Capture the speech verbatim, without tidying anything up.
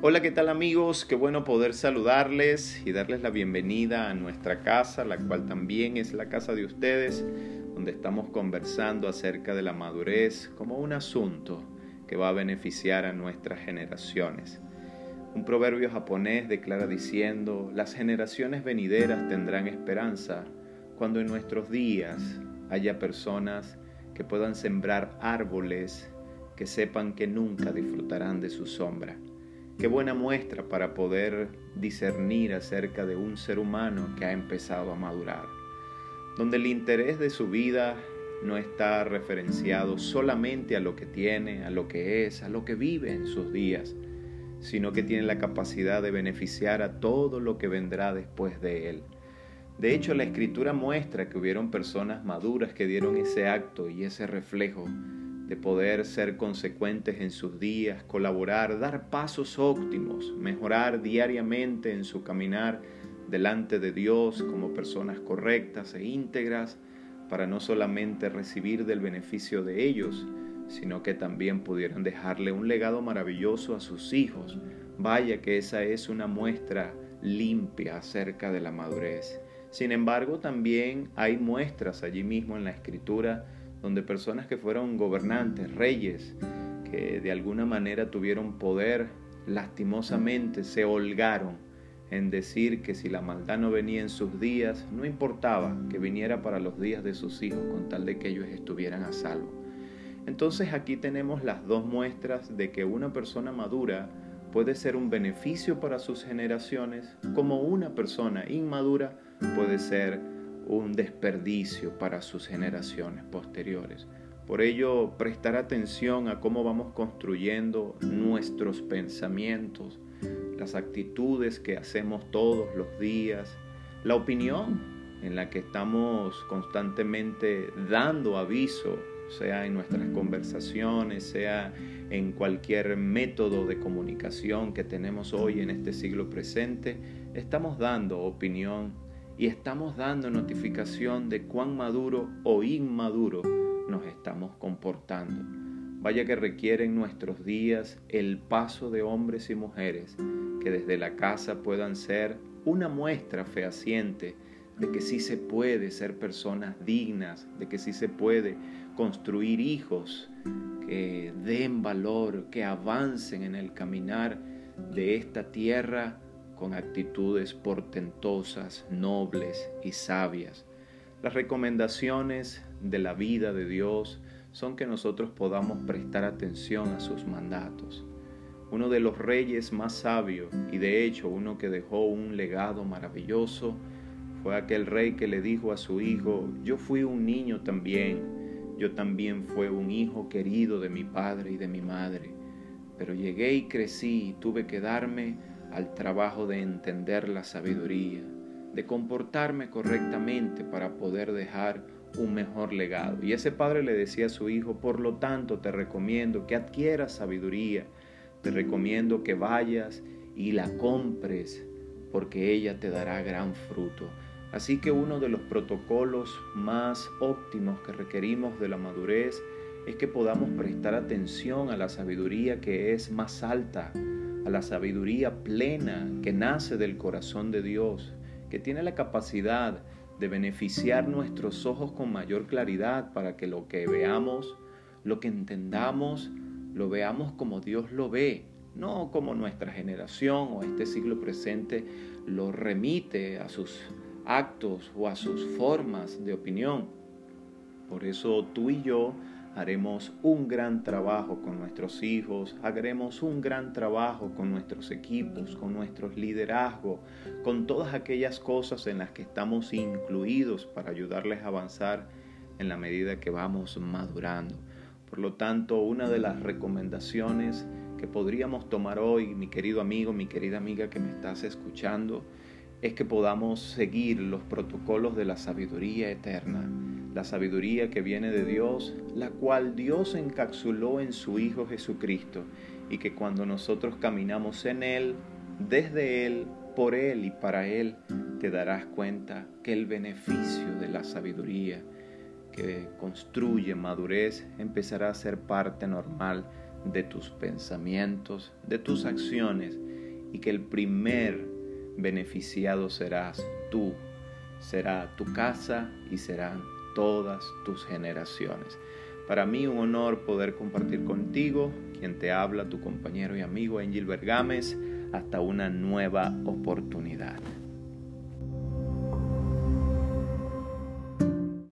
Hola, ¿qué tal amigos? Qué bueno poder saludarles y darles la bienvenida a nuestra casa, la cual también es la casa de ustedes, donde estamos conversando acerca de la madurez como un asunto que va a beneficiar a nuestras generaciones. Un proverbio japonés declara diciendo: las generaciones venideras tendrán esperanza cuando en nuestros días haya personas que puedan sembrar árboles que sepan que nunca disfrutarán de su sombra. Qué buena muestra para poder discernir acerca de un ser humano que ha empezado a madurar, donde el interés de su vida no está referenciado solamente a lo que tiene, a lo que es, a lo que vive en sus días, sino que tiene la capacidad de beneficiar a todo lo que vendrá después de él. De hecho, la Escritura muestra que hubieron personas maduras que dieron ese acto y ese reflejo de poder ser consecuentes en sus días, colaborar, dar pasos óptimos, mejorar diariamente en su caminar delante de Dios como personas correctas e íntegras, para no solamente recibir del beneficio de ellos, sino que también pudieran dejarle un legado maravilloso a sus hijos. Vaya que esa es una muestra limpia acerca de la madurez. Sin embargo, también hay muestras allí mismo en la Escritura donde personas que fueron gobernantes, reyes, que de alguna manera tuvieron poder, lastimosamente se holgaron en decir que si la maldad no venía en sus días, no importaba que viniera para los días de sus hijos con tal de que ellos estuvieran a salvo. Entonces aquí tenemos las dos muestras de que una persona madura puede ser un beneficio para sus generaciones, como una persona inmadura puede ser un desperdicio para sus generaciones posteriores. Por ello, prestar atención a cómo vamos construyendo nuestros pensamientos, las actitudes que hacemos todos los días, la opinión en la que estamos constantemente dando aviso, sea en nuestras conversaciones, sea en cualquier método de comunicación que tenemos hoy en este siglo presente, estamos dando opinión y estamos dando notificación de cuán maduro o inmaduro nos estamos comportando. Vaya que requieren nuestros días el paso de hombres y mujeres que desde la casa puedan ser una muestra fehaciente de que sí se puede ser personas dignas, de que sí se puede construir hijos que den valor, que avancen en el caminar de esta tierra con actitudes portentosas, nobles y sabias. Las recomendaciones de la vida de Dios son que nosotros podamos prestar atención a sus mandatos. Uno de los reyes más sabios, y de hecho uno que dejó un legado maravilloso, fue aquel rey que le dijo a su hijo: yo fui un niño también, yo también fui un hijo querido de mi padre y de mi madre, pero llegué y crecí y tuve que darme al trabajo de entender la sabiduría, de comportarme correctamente para poder dejar un mejor legado. Y ese padre le decía a su hijo: por lo tanto te recomiendo que adquieras sabiduría, te recomiendo que vayas y la compres, porque ella te dará gran fruto. Así que uno de los protocolos más óptimos que requerimos de la madurez es que podamos prestar atención a la sabiduría que es más alta, a la sabiduría plena que nace del corazón de Dios, que tiene la capacidad de beneficiar nuestros ojos con mayor claridad para que lo que veamos, lo que entendamos, lo veamos como Dios lo ve, no como nuestra generación o este siglo presente lo remite a sus actos o a sus formas de opinión. Por eso tú y yo haremos un gran trabajo con nuestros hijos, haremos un gran trabajo con nuestros equipos, con nuestros liderazgos, con todas aquellas cosas en las que estamos incluidos para ayudarles a avanzar en la medida que vamos madurando. Por lo tanto, una de las recomendaciones que podríamos tomar hoy, mi querido amigo, mi querida amiga que me estás escuchando, es que podamos seguir los protocolos de la sabiduría eterna, la sabiduría que viene de Dios, la cual Dios encapsuló en su Hijo Jesucristo, y que cuando nosotros caminamos en Él, desde Él, por Él y para Él, te darás cuenta que el beneficio de la sabiduría que construye madurez empezará a ser parte normal de tus pensamientos, de tus acciones, y que el primer beneficiado serás tú, será tu casa y serán todas tus generaciones. Para mí un honor poder compartir contigo, quien te habla, tu compañero y amigo Angel Bergames. Hasta una nueva oportunidad.